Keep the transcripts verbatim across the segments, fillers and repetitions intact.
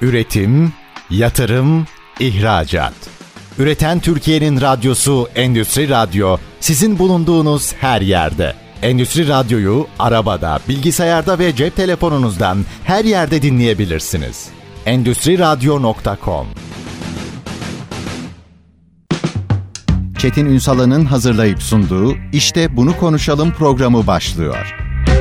Üretim, yatırım, ihracat. Üreten Türkiye'nin radyosu Endüstri Radyo, sizin bulunduğunuz her yerde. Endüstri Radyo'yu arabada, bilgisayarda ve cep telefonunuzdan her yerde dinleyebilirsiniz. endüstri radyo nokta com. Çetin Ünsal'ın hazırlayıp sunduğu İşte Bunu Konuşalım programı başlıyor.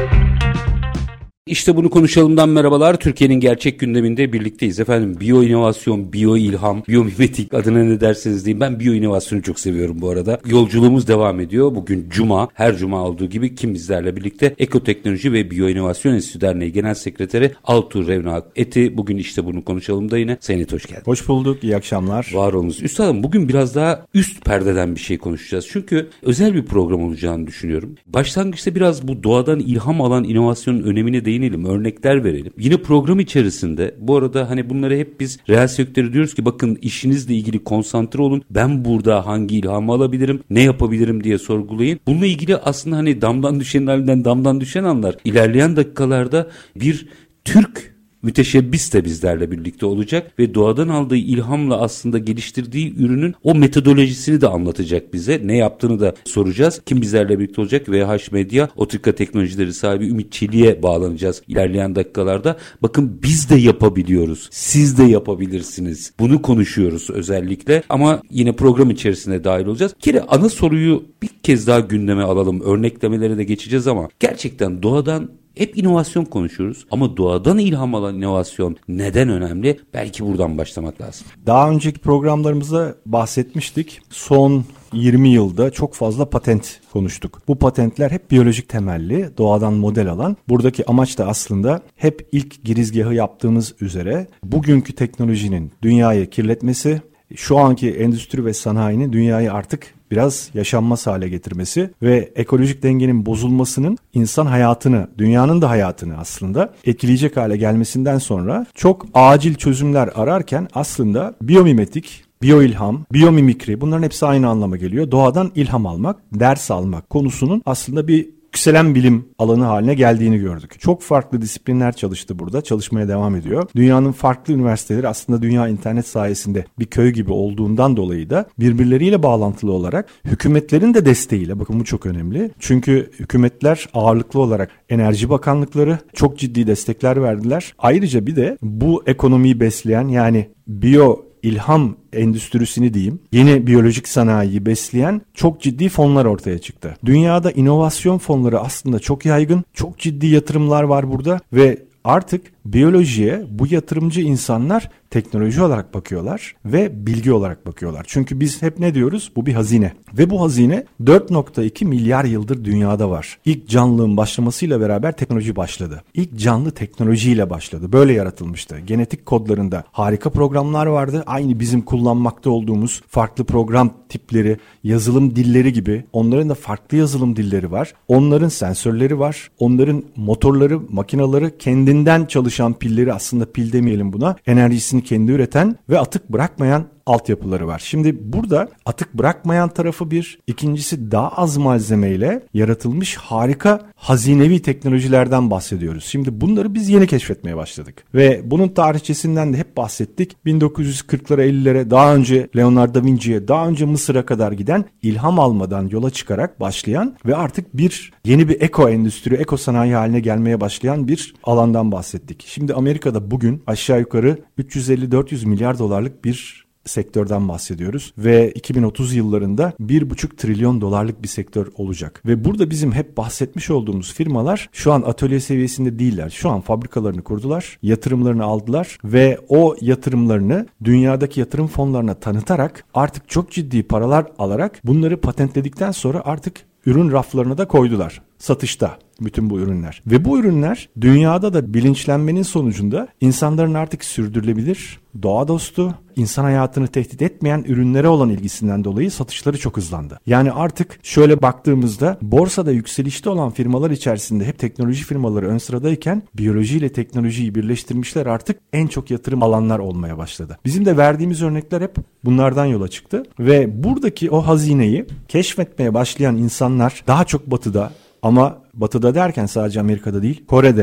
İşte bunu konuşalımdan merhabalar. Türkiye'nin gerçek gündeminde birlikteyiz efendim. Biyo inovasyon, biyo ilham, biyomimetik adına ne derseniz deyin. Ben biyo inovasyonu çok seviyorum bu arada. Yolculuğumuz devam ediyor. Bugün Cuma, her Cuma olduğu gibi kim bizlerle birlikte? Ekoteknoloji ve Biyo İnovasyon Enstitüsü Derneği Genel Sekreteri Altuğ Revna Eti. Bugün işte bunu konuşalım da yine. Sayın Eti hoş geldin. Hoş bulduk, iyi akşamlar. Var olunuz. Üstadım bugün biraz daha üst perdeden bir şey konuşacağız. Çünkü özel bir program olacağını düşünüyorum. Başlangıçta biraz bu doğadan ilham alan inovasyonun önemine değinelim. Örnekler verelim. Yine program içerisinde bu arada hani bunları hep biz reel sektörü diyoruz ki bakın işinizle ilgili konsantre olun. Ben burada hangi ilhamı alabilirim, ne yapabilirim diye sorgulayın. Bununla ilgili aslında hani damdan düşen halinden damdan düşen anlar. İlerleyen dakikalarda bir Türk müteşebbis de bizlerle birlikte olacak ve doğadan aldığı ilhamla aslında geliştirdiği ürünün o metodolojisini de anlatacak bize. Ne yaptığını da soracağız. Kim bizlerle birlikte olacak? V H Medya Otrika Teknolojileri sahibi Ümit Çelik'e bağlanacağız ilerleyen dakikalarda. Bakın biz de yapabiliyoruz. Siz de yapabilirsiniz. Bunu konuşuyoruz özellikle ama yine program içerisinde dahil olacağız. Bir kere ana soruyu bir kez daha gündeme alalım. Örneklemelere de geçeceğiz ama gerçekten doğadan hep inovasyon konuşuyoruz ama doğadan ilham alan inovasyon neden önemli? Belki buradan başlamak lazım. Daha önceki programlarımızda bahsetmiştik. Son yirmi yılda çok fazla patent konuştuk. Bu patentler hep biyolojik temelli, doğadan model alan. Buradaki amaç da aslında hep ilk girizgahı yaptığımız üzere bugünkü teknolojinin dünyayı kirletmesi, şu anki endüstri ve sanayinin dünyayı artık biraz yaşanmaz hale getirmesi ve ekolojik dengenin bozulmasının insan hayatını, dünyanın da hayatını aslında etkileyecek hale gelmesinden sonra çok acil çözümler ararken aslında biyomimetik, biyoilham, biyomimikri bunların hepsi aynı anlama geliyor. Doğadan ilham almak, ders almak konusunun aslında bir yükselen bilim alanı haline geldiğini gördük. Çok farklı disiplinler çalıştı burada. Çalışmaya devam ediyor. Dünyanın farklı üniversiteleri aslında dünya internet sayesinde bir köy gibi olduğundan dolayı da birbirleriyle bağlantılı olarak hükümetlerin de desteğiyle, bakın bu çok önemli. Çünkü hükümetler ağırlıklı olarak Enerji Bakanlıkları çok ciddi destekler verdiler. Ayrıca bir de bu ekonomiyi besleyen yani biyo İlham endüstrisini diyeyim, yeni biyolojik sanayiyi besleyen çok ciddi fonlar ortaya çıktı. Dünyada inovasyon fonları aslında çok yaygın, çok ciddi yatırımlar var burada ve artık biyolojiye bu yatırımcı insanlar teknoloji olarak bakıyorlar ve bilgi olarak bakıyorlar. Çünkü biz hep ne diyoruz? Bu bir hazine. Ve bu hazine dört nokta iki milyar yıldır dünyada var. İlk canlılığın başlamasıyla beraber teknoloji başladı. İlk canlı teknolojiyle başladı. Böyle yaratılmıştı. Genetik kodlarında harika programlar vardı. Aynı bizim kullanmakta olduğumuz farklı program tipleri, yazılım dilleri gibi. Onların da farklı yazılım dilleri var. Onların sensörleri var. Onların motorları, makinaları kendinden çalışan pilleri, aslında pil demeyelim buna, enerjisini kendi üreten ve atık bırakmayan altyapıları var. Şimdi burada atık bırakmayan tarafı bir, ikincisi daha az malzemeyle yaratılmış harika hazinevi teknolojilerden bahsediyoruz. Şimdi bunları biz yeni keşfetmeye başladık ve bunun tarihçesinden de hep bahsettik. bin dokuz yüz kırklara ellilere, daha önce Leonardo da Vinci'ye, daha önce Mısır'a kadar giden, ilham almadan yola çıkarak başlayan ve artık bir yeni bir eko endüstri, eko sanayi haline gelmeye başlayan bir alandan bahsettik. Şimdi Amerika'da bugün aşağı yukarı üç yüz elli dört yüz milyar dolarlık bir sektörden bahsediyoruz ve iki bin otuz yıllarında bir buçuk trilyon dolarlık bir sektör olacak. Ve burada bizim hep bahsetmiş olduğumuz firmalar şu an atölye seviyesinde değiller. Şu an fabrikalarını kurdular, yatırımlarını aldılar ve o yatırımlarını dünyadaki yatırım fonlarına tanıtarak artık çok ciddi paralar alarak bunları patentledikten sonra artık ürün raflarına da koydular. Satışta bütün bu ürünler. Ve bu ürünler dünyada da bilinçlenmenin sonucunda insanların artık sürdürülebilir, doğa dostu, insan hayatını tehdit etmeyen ürünlere olan ilgisinden dolayı satışları çok hızlandı. Yani artık şöyle baktığımızda borsada yükselişte olan firmalar içerisinde hep teknoloji firmaları ön sıradayken biyolojiyle teknolojiyi birleştirmişler, artık en çok yatırım alanlar olmaya başladı. Bizim de verdiğimiz örnekler hep bunlardan yola çıktı ve buradaki o hazineyi keşfetmeye başlayan insanlar daha çok batıda, ama batıda derken sadece Amerika'da değil, Kore'de,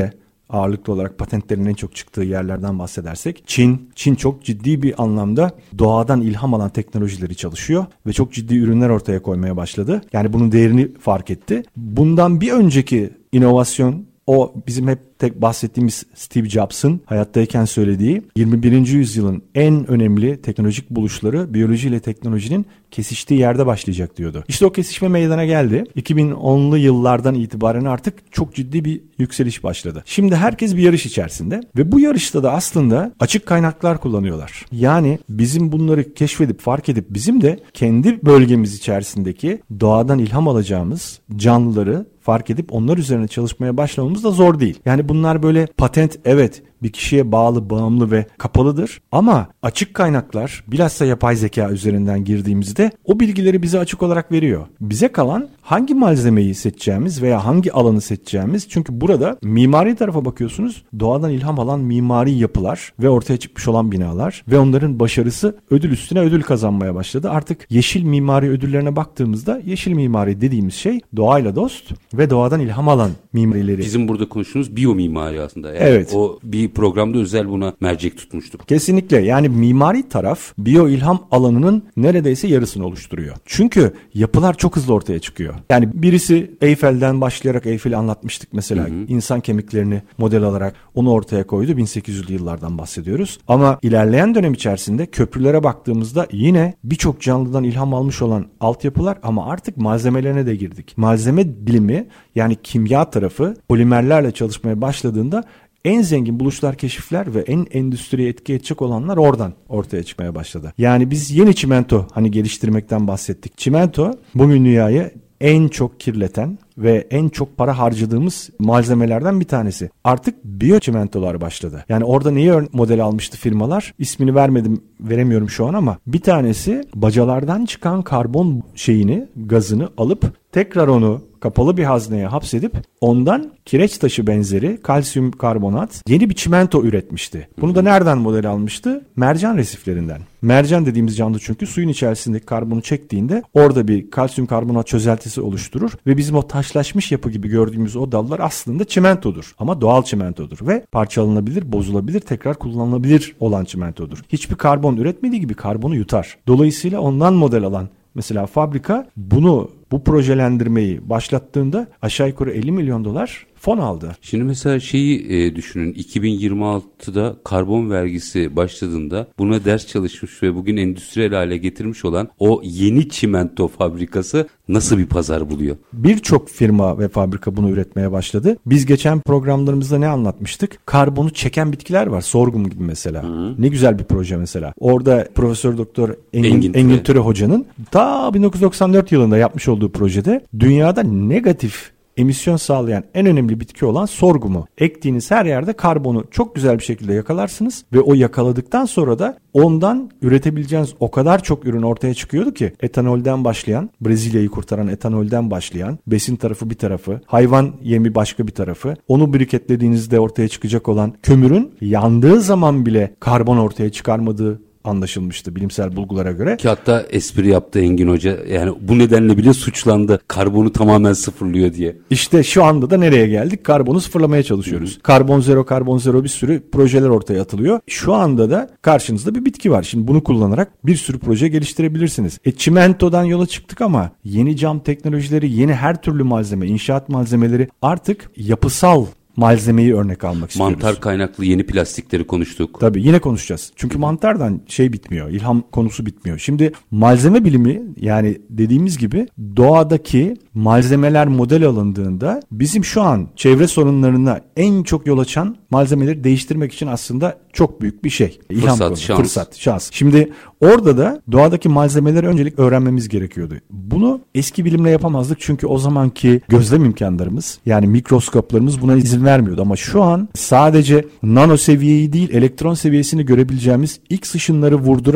ağırlıklı olarak patentlerin en çok çıktığı yerlerden bahsedersek Çin, Çin çok ciddi bir anlamda doğadan ilham alan teknolojileri çalışıyor ve çok ciddi ürünler ortaya koymaya başladı. Yani bunun değerini fark etti. Bundan bir önceki inovasyon, o bizim hep tek bahsettiğimiz Steve Jobs'ın hayattayken söylediği yirmi birinci yüzyılın en önemli teknolojik buluşları biyoloji ile teknolojinin kesiştiği yerde başlayacak diyordu. İşte o kesişme meydana geldi. iki bin onlu yıllardan itibaren artık çok ciddi bir yükseliş başladı. Şimdi herkes bir yarış içerisinde ve bu yarışta da aslında açık kaynaklar kullanıyorlar. Yani bizim bunları keşfedip fark edip bizim de kendi bölgemiz içerisindeki doğadan ilham alacağımız canlıları fark edip onlar üzerine çalışmaya başlamamız da zor değil. Yani bunlar böyle patent, evet, bir kişiye bağlı, bağımlı ve kapalıdır. Ama açık kaynaklar, bilhassa yapay zeka üzerinden girdiğimizde o bilgileri bize açık olarak veriyor. Bize kalan hangi malzemeyi seçeceğimiz veya hangi alanı seçeceğimiz. Çünkü burada mimari tarafa bakıyorsunuz. Doğadan ilham alan mimari yapılar ve ortaya çıkmış olan binalar ve onların başarısı ödül üstüne ödül kazanmaya başladı. Artık yeşil mimari ödüllerine baktığımızda yeşil mimari dediğimiz şey doğayla dost ve doğadan ilham alan mimarileri. Bizim burada konuştuğumuz biyomimari aslında. Yani evet. O bir programda özel buna mercek tutmuştuk. Kesinlikle. Yani mimari taraf biyo ilham alanının neredeyse yarısını oluşturuyor. Çünkü yapılar çok hızlı ortaya çıkıyor. Yani birisi Eyfel'den başlayarak, Eyfel'i anlatmıştık mesela, hı hı. insan kemiklerini model alarak onu ortaya koydu. bin sekiz yüzlü yıllardan bahsediyoruz. Ama ilerleyen dönem içerisinde köprülere baktığımızda yine birçok canlıdan ilham almış olan altyapılar ama artık malzemelerine de girdik. Malzeme bilimi, yani kimya tarafı polimerlerle çalışmaya başladığında en zengin buluşlar, keşifler ve en endüstriye etki edecek olanlar oradan ortaya çıkmaya başladı. Yani biz yeni çimento hani geliştirmekten bahsettik. Çimento bugün dünyayı en çok kirleten ve en çok para harcadığımız malzemelerden bir tanesi. Artık biyoçimentolar başladı. Yani orada neyi model almıştı firmalar? İsmini vermedim, veremiyorum şu an ama bir tanesi bacalardan çıkan karbon şeyini, gazını alıp tekrar onu kapalı bir hazneye hapsedip ondan kireç taşı benzeri kalsiyum karbonat yeni bir çimento üretmişti. Bunu da nereden model almıştı? Mercan resiflerinden. Mercan dediğimiz canlı çünkü suyun içerisindeki karbonu çektiğinde orada bir kalsiyum karbonat çözeltisi oluşturur ve bizim o taşlaşmış yapı gibi gördüğümüz o dallar aslında çimentodur. Ama doğal çimentodur ve parçalanabilir, bozulabilir, tekrar kullanılabilir olan çimentodur. Hiçbir karbon üretmediği gibi karbonu yutar. Dolayısıyla ondan model alan mesela fabrika bunu, bu projelendirmeyi başlattığında aşağı yukarı elli milyon dolar fon aldı. Şimdi mesela şeyi e, düşünün, iki bin yirmi altıda karbon vergisi başladığında buna ders çalışmış ve bugün endüstriyel hale getirmiş olan o yeni çimento fabrikası nasıl bir pazar buluyor? Birçok firma ve fabrika bunu üretmeye başladı. Biz geçen programlarımızda ne anlatmıştık? Karbonu çeken bitkiler var. Sorgum gibi mesela. Hı-hı. Ne güzel bir proje mesela. Orada Profesör Doktor Engin, Engin, Türe. Engin Türe Hoca'nın ta bin dokuz yüz doksan dört yılında yapmış olduğu projede dünyada negatif emisyon sağlayan en önemli bitki olan sorgumu ektiğiniz her yerde karbonu çok güzel bir şekilde yakalarsınız ve o yakaladıktan sonra da ondan üretebileceğiniz o kadar çok ürün ortaya çıkıyordu ki etanolden başlayan, Brezilya'yı kurtaran etanolden başlayan, besin tarafı bir tarafı, hayvan yemi başka bir tarafı, onu briketlediğinizde ortaya çıkacak olan kömürün yandığı zaman bile karbon ortaya çıkarmadığı anlaşılmıştı bilimsel bulgulara göre. Ki hatta espri yaptı Engin Hoca, yani bu nedenle bile suçlandı, karbonu tamamen sıfırlıyor diye. İşte şu anda da nereye geldik? Karbonu sıfırlamaya çalışıyoruz. Hı-hı. Karbon zero, karbon zero bir sürü projeler ortaya atılıyor. Şu anda da karşınızda bir bitki var. Şimdi bunu kullanarak bir sürü proje geliştirebilirsiniz. E çimentodan yola çıktık ama yeni cam teknolojileri, yeni her türlü malzeme, inşaat malzemeleri artık yapısal malzemeyi örnek almak istiyoruz. Mantar kaynaklı yeni plastikleri konuştuk. Tabii yine konuşacağız. Çünkü mantardan şey bitmiyor, ilham konusu bitmiyor. Şimdi malzeme bilimi, yani dediğimiz gibi doğadaki malzemeler model alındığında bizim şu an çevre sorunlarına en çok yol açan malzemeleri değiştirmek için aslında çok büyük bir şey. İlham fırsat, konu, şans. Fırsat, şans. Şimdi orada da doğadaki malzemeleri öncelik öğrenmemiz gerekiyordu. Bunu eski bilimle yapamazdık çünkü o zamanki gözlem imkanlarımız, yani mikroskoplarımız buna izin vermiyordu. Ama şu an sadece nano seviyeyi değil, elektron seviyesini görebileceğimiz X ışınları vurdurarak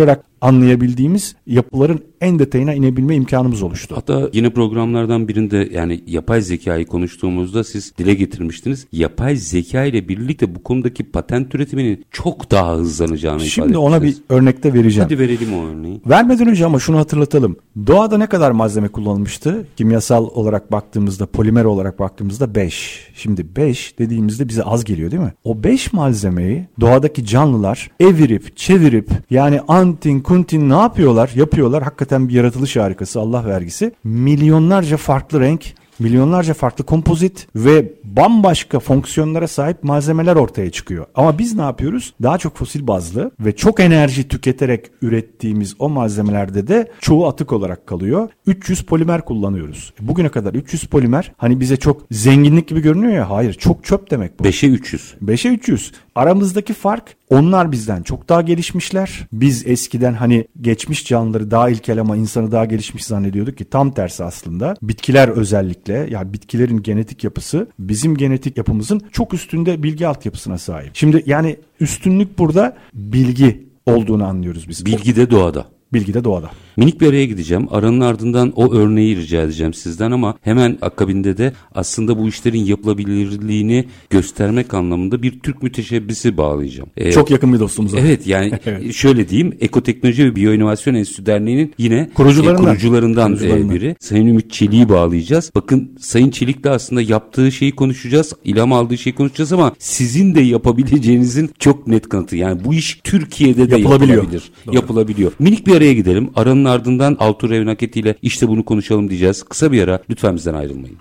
anlayabildiğimiz yapıların en detayına inebilme imkanımız oluştu. Hatta yine programlardan birinde yani yapay zekayı konuştuğumuzda siz dile getirmiştiniz. Yapay zeka ile birlikte bu konudaki patent üretiminin çok daha hızlanacağını ifade Şimdi ona bir örnekte vereceğim. Hadi verelim o örneği. Vermeden önce ama şunu hatırlatalım. Doğada ne kadar malzeme kullanılmıştı? Kimyasal olarak baktığımızda, polimer olarak baktığımızda beş. Şimdi beş dediğimizde bize az geliyor değil mi? O beş malzemeyi doğadaki canlılar evirip, çevirip yani antin, kuntin ne yapıyorlar? Yapıyorlar. Hakikaten bir yaratılış harikası, Allah vergisi. Milyonlarca farklı renk, milyonlarca farklı kompozit ve bambaşka fonksiyonlara sahip malzemeler ortaya çıkıyor. Ama biz ne yapıyoruz? Daha çok fosil bazlı ve çok enerji tüketerek ürettiğimiz o malzemelerde de çoğu atık olarak kalıyor. üç yüz polimer kullanıyoruz. Bugüne kadar üç yüz polimer hani bize çok zenginlik gibi görünüyor ya. Hayır, çok çöp demek bu. beşe üç yüz. beşe üç yüz. Aramızdaki fark, onlar bizden çok daha gelişmişler. Biz eskiden hani geçmiş canlıları daha ilkel ama insanı daha gelişmiş zannediyorduk ki tam tersi aslında. Bitkiler özellikle, yani bitkilerin genetik yapısı bizim genetik yapımızın çok üstünde bilgi altyapısına sahip. Şimdi yani üstünlük burada bilgi olduğunu anlıyoruz biz. Bilgi de doğada. Bilgi de doğada. Minik bir araya gideceğim. Aranın ardından o örneği rica edeceğim sizden ama hemen akabinde de aslında bu işlerin yapılabilirliğini göstermek anlamında bir Türk müteşebbisi bağlayacağım. Ee, Çok yakın bir dostumuz. Evet yani evet. Şöyle diyeyim, Ekoteknoloji ve Biyoinovasyon Enstitüsü Derneği'nin yine kurucularından, e, kurucularından, kurucularından. E, biri. Sayın Ümit Çelik'i bağlayacağız. Bakın Sayın Çelik'le aslında yaptığı şeyi konuşacağız, ilham aldığı şeyi konuşacağız ama sizin de yapabileceğinizin çok net kanıtı. Yani bu iş Türkiye'de de yapılabiliyor. yapılabilir. Doğru. Yapılabiliyor. Minik bir araya gidelim. Aranın ardından Altuğ Revnaketi ile işte bunu konuşalım diyeceğiz. Kısa bir ara, lütfen bizden ayrılmayın.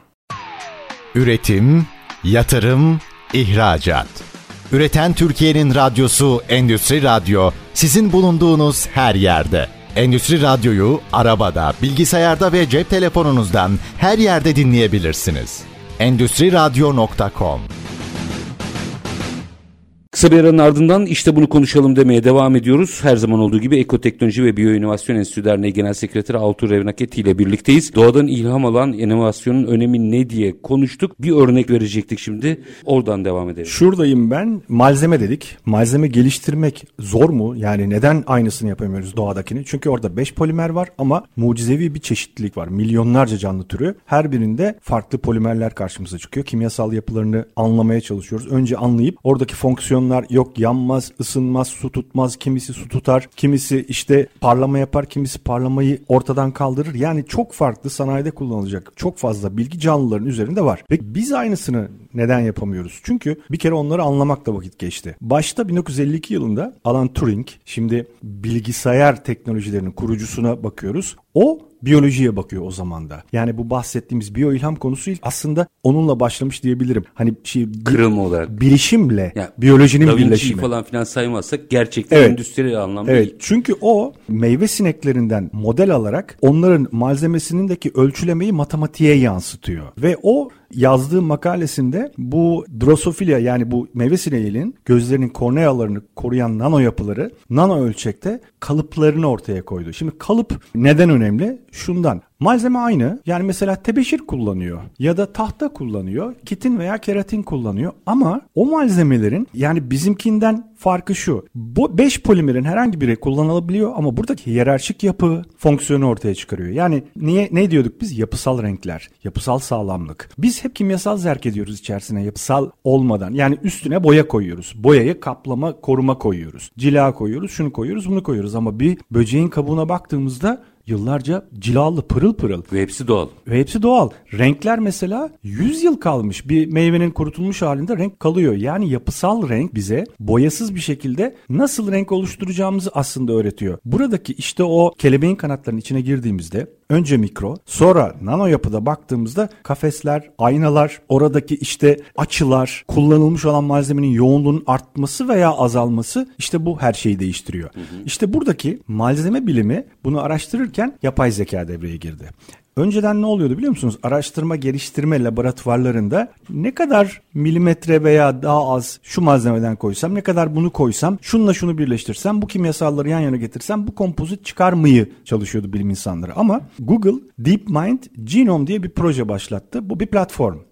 Üretim, yatırım, ihracat. Üreten Türkiye'nin radyosu Endüstri Radyo, sizin bulunduğunuz her yerde. Endüstri Radyo'yu arabada, bilgisayarda ve cep telefonunuzdan her yerde dinleyebilirsiniz. endüstri radyo nokta com. Kısa bir aranın ardından işte bunu konuşalım demeye devam ediyoruz. Her zaman olduğu gibi Ekoteknoloji ve Biyoinovasyon Enstitüsü Derneği Genel Sekreteri Altuğ Revnaketi ile birlikteyiz. Doğadan ilham alan inovasyonun önemi ne diye konuştuk. Bir örnek verecektik şimdi. Oradan devam edelim. Şuradayım ben. Malzeme dedik. Malzeme geliştirmek zor mu? Yani neden aynısını yapamıyoruz doğadakini? Çünkü orada beş polimer var ama mucizevi bir çeşitlilik var. Milyonlarca canlı türü. Her birinde farklı polimerler karşımıza çıkıyor. Kimyasal yapılarını anlamaya çalışıyoruz. Önce anlayıp oradaki fonksiyon yok yanmaz, ısınmaz, su tutmaz, kimisi su tutar, kimisi işte parlama yapar, kimisi parlamayı ortadan kaldırır. Yani çok farklı sanayide kullanılacak çok fazla bilgi canlıların üzerinde var. Ve biz aynısını neden yapamıyoruz? Çünkü bir kere onları anlamakla vakit geçti. Başta bin dokuz yüz elli iki yılında Alan Turing, şimdi bilgisayar teknolojilerinin kurucusuna bakıyoruz. O biyolojiye bakıyor o zaman da. Yani bu bahsettiğimiz biyo ilham konusu aslında onunla başlamış diyebilirim. Hani şey kırılma olarak. Bilişimle yani, biyolojinin Da Vinci'yi birleşimi falan filan saymazsak gerçekten evet. endüstriyel anlamda evet. değil. Çünkü o meyve sineklerinden model alarak onların malzemesindeki ölçülemeyi matematiğe yansıtıyor. Ve o yazdığı makalesinde bu Drosophila, yani bu meyve sineğinin gözlerinin kornealarını koruyan nano yapıları nano ölçekte kalıplarını ortaya koydu. Şimdi kalıp neden önemli? Şundan. Malzeme aynı. Yani mesela tebeşir kullanıyor ya da tahta kullanıyor, kitin veya keratin kullanıyor ama o malzemelerin yani bizimkinden farkı şu. Bu beş polimerin herhangi biri kullanılabiliyor ama buradaki hiyerarşik yapı fonksiyonu ortaya çıkarıyor. Yani niye ne diyorduk biz? Yapısal renkler, yapısal sağlamlık. Biz hep kimyasal zerk ediyoruz içerisine yapısal olmadan. Yani üstüne boya koyuyoruz. Boyayı kaplama, koruma koyuyoruz. Cila koyuyoruz, şunu koyuyoruz, bunu koyuyoruz ama bir böceğin kabuğuna baktığımızda yıllarca cilalı, pırıl pırıl. Ve hepsi doğal. Ve hepsi doğal. Renkler mesela yüz yıl kalmış. Bir meyvenin kurutulmuş halinde renk kalıyor. Yani yapısal renk bize boyasız bir şekilde nasıl renk oluşturacağımızı aslında öğretiyor. Buradaki işte o kelebeğin kanatlarının içine girdiğimizde önce mikro, sonra nano yapıda baktığımızda kafesler, aynalar, oradaki işte açılar, kullanılmış olan malzemenin yoğunluğunun artması veya azalması, işte bu her şeyi değiştiriyor. Hı hı. İşte buradaki malzeme bilimi bunu araştırırken yapay zeka devreye girdi. Önceden ne oluyordu biliyor musunuz? Araştırma geliştirme laboratuvarlarında ne kadar milimetre veya daha az şu malzemeden koysam, ne kadar bunu koysam, şununla şunu birleştirsem, bu kimyasalları yan yana getirsem bu kompozit çıkar mıyı çalışıyordu bilim insanları. Ama Google DeepMind Genome diye bir proje başlattı. Bu bir platform.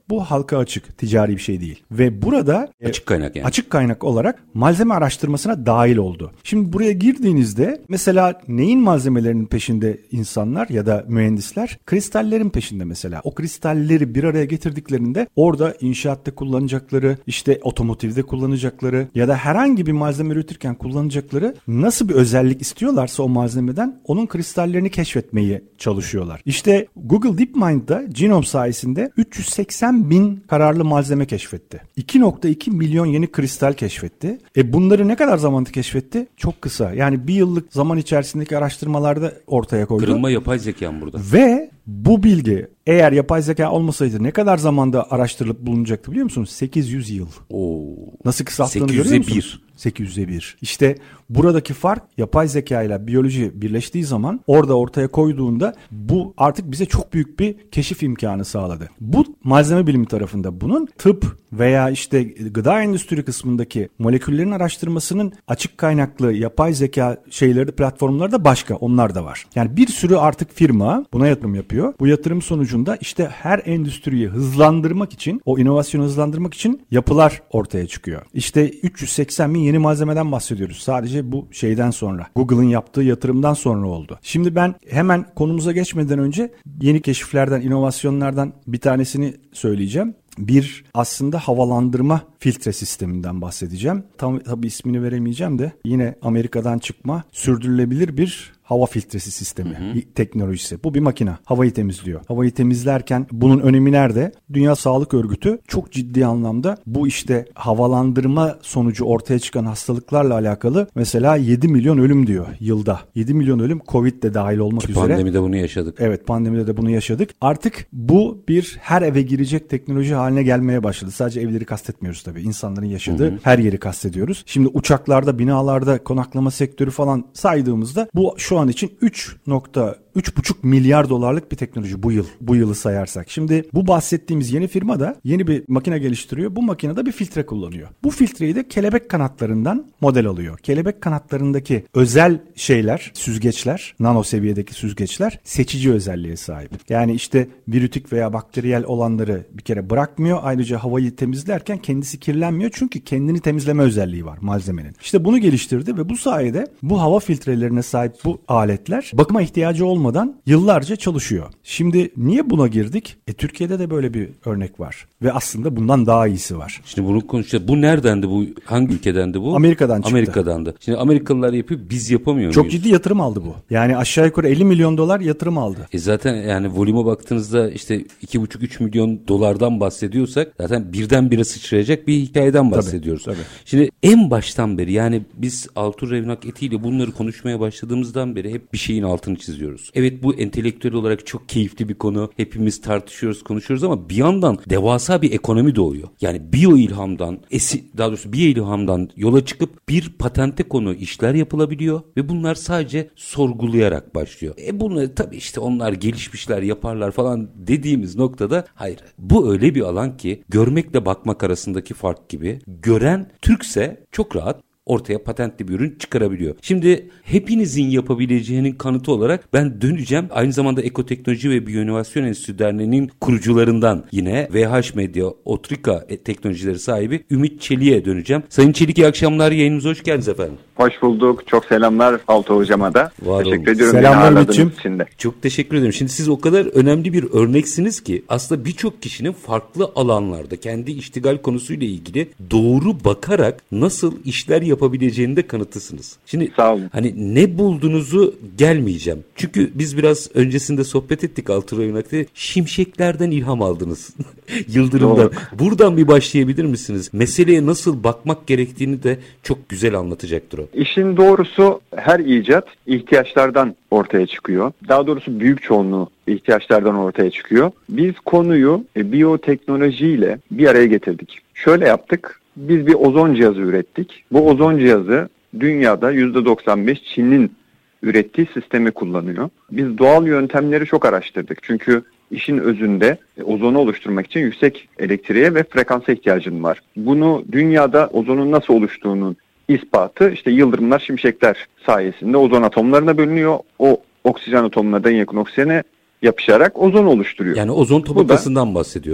Bu halka açık, ticari bir şey değil. Ve burada açık kaynak yani. Açık kaynak olarak malzeme araştırmasına dahil oldu. Şimdi buraya girdiğinizde mesela neyin malzemelerinin peşinde insanlar ya da mühendisler? Kristallerin peşinde mesela. O kristalleri bir araya getirdiklerinde orada inşaatta kullanacakları, işte otomotivde kullanacakları ya da herhangi bir malzeme üretirken kullanacakları nasıl bir özellik istiyorlarsa o malzemeden onun kristallerini keşfetmeye çalışıyorlar. İşte Google DeepMind'da Genome sayesinde üç yüz seksen bin kararlı malzeme keşfetti. iki nokta iki milyon yeni kristal keşfetti. E bunları ne kadar zamanda keşfetti? Çok kısa. Yani bir yıllık zaman içerisindeki araştırmalarda ortaya koydu. Kırılma yapay zekam burada. Ve bu bilgi eğer yapay zeka olmasaydı ne kadar zamanda araştırılıp bulunacaktı biliyor musunuz? sekiz yüz yıl. Oo. Nasıl kısalttığını görüyor musunuz? sekiz yüze bir. İşte buradaki fark yapay zeka ile biyoloji birleştiği zaman orada ortaya koyduğunda bu artık bize çok büyük bir keşif imkanı sağladı. Bu malzeme bilimi tarafında bunun tıp veya işte gıda endüstri kısmındaki moleküllerin araştırmasının açık kaynaklı yapay zeka şeyleri, platformları da başka. Onlar da var. Yani bir sürü artık firma buna yatırım yapıyor. Bu yatırım sonucunda işte her endüstriyi hızlandırmak için, o inovasyonu hızlandırmak için yapılar ortaya çıkıyor. İşte üç yüz seksen bin yeni malzemeden bahsediyoruz. Sadece bu şeyden sonra. Google'ın yaptığı yatırımdan sonra oldu. Şimdi ben hemen konumuza geçmeden önce yeni keşiflerden, inovasyonlardan bir tanesini söyleyeceğim. Bir aslında havalandırma filtre sisteminden bahsedeceğim. Tam tabii ismini veremeyeceğim de yine Amerika'dan çıkma sürdürülebilir bir hava filtresi sistemi, hı hı. teknolojisi. Bu bir makine. Havayı temizliyor. Havayı temizlerken bunun önemi nerede? Dünya Sağlık Örgütü çok ciddi anlamda bu işte havalandırma sonucu ortaya çıkan hastalıklarla alakalı mesela yedi milyon ölüm diyor yılda. yedi milyon ölüm Covid de dahil olmak Ki üzere. Pandemide bunu yaşadık. Evet, pandemide de bunu yaşadık. Artık bu bir her eve girecek teknoloji haline gelmeye başladı. Sadece evleri kastetmiyoruz tabii. İnsanların yaşadığı hı hı. her yeri kastediyoruz. Şimdi uçaklarda, binalarda, konaklama sektörü falan saydığımızda bu şu an için üç nokta üç buçuk milyar dolarlık bir teknoloji bu yıl. Bu yılı sayarsak. Şimdi bu bahsettiğimiz yeni firma da yeni bir makine geliştiriyor. Bu makinede bir filtre kullanıyor. Bu filtreyi de kelebek kanatlarından model alıyor. Kelebek kanatlarındaki özel şeyler, süzgeçler, nano seviyedeki süzgeçler seçici özelliğe sahip. Yani işte virütik veya bakteriyel olanları bir kere bırakmıyor. Ayrıca havayı temizlerken kendisi kirlenmiyor. Çünkü kendini temizleme özelliği var malzemenin. İşte bunu geliştirdi ve bu sayede bu hava filtrelerine sahip bu aletler bakıma ihtiyacı olmadan yıllarca çalışıyor. Şimdi niye buna girdik? E Türkiye'de de böyle bir örnek var. Ve aslında bundan daha iyisi var. Şimdi bunu konuşacağız. Bu neredendi bu? Hangi ülkedendi bu? Amerika'dan çıktı. Amerika'dandı. Şimdi Amerikalılar yapıyor, biz yapamıyor Çok muyuz? ciddi yatırım aldı bu. Yani aşağı yukarı elli milyon dolar yatırım aldı. E zaten yani volüme baktığınızda işte iki buçuk üç milyon dolardan bahsediyorsak zaten birdenbire sıçrayacak bir hikayeden bahsediyoruz. Tabii, tabii. Şimdi en baştan beri yani biz Altuğ Revnak etiyle bunları konuşmaya başladığımızdan beri hep bir şeyin altını çiziyoruz. Evet, bu entelektüel olarak çok keyifli bir konu. Hepimiz tartışıyoruz, konuşuyoruz ama bir yandan devasa bir ekonomi doğuyor. Yani biyo ilhamdan, esi, daha doğrusu biyo ilhamdan yola çıkıp bir patente konu işler yapılabiliyor ve bunlar sadece sorgulayarak başlıyor. E bunları tabii işte onlar gelişmişler yaparlar falan dediğimiz noktada hayır. Bu öyle bir alan ki görmekle bakmak arasındaki fark gibi. Gören Türkse çok rahat ortaya patentli bir ürün çıkarabiliyor. Şimdi hepinizin yapabileceğinin kanıtı olarak ben döneceğim. Aynı zamanda Ekoteknoloji ve Biyoinovasyon Enstitüsü Derneği'nin kurucularından yine V H Medya Otrika teknolojileri sahibi Ümit Çelik'e döneceğim. Sayın Çelik, iyi akşamlar. Yayınımıza hoş geldiniz efendim. Hoş bulduk. Çok selamlar Altuğ Hocama da. Var teşekkür olun. ediyorum. Selamlar Ümit'ciğim. Çok teşekkür ederim. Şimdi siz o kadar önemli bir örneksiniz ki aslında birçok kişinin farklı alanlarda kendi iştigal konusuyla ilgili doğru bakarak nasıl işler yapabileceğini de kanıtısınız. Şimdi sağ olun. Hani ne bulduğunuzu gelmeyeceğim. Çünkü biz biraz öncesinde sohbet ettik Altuğ Revnak'ta. Şimşeklerden ilham aldınız. Yıldırımdan. Doğru. Buradan bir başlayabilir misiniz? Meseleye nasıl bakmak gerektiğini de çok güzel anlatacaktır o. İşin doğrusu her icat ihtiyaçlardan ortaya çıkıyor. Daha doğrusu büyük çoğunluğu ihtiyaçlardan ortaya çıkıyor. Biz konuyu e, biyoteknolojiyle bir araya getirdik. Şöyle yaptık. Biz bir ozon cihazı ürettik. Bu ozon cihazı dünyada yüzde doksan beş Çin'in ürettiği sistemi kullanıyor. Biz doğal yöntemleri çok araştırdık. Çünkü işin özünde e, ozonu oluşturmak için yüksek elektriğe ve frekansa ihtiyacın var. Bunu dünyada ozonun nasıl oluştuğunun ispatı işte yıldırımlar, şimşekler sayesinde ozon atomlarına bölünüyor. O oksijen atomlarına en yakın oksijene yapışarak ozon oluşturuyor. Yani ozon tabakasından bahsediyoruz.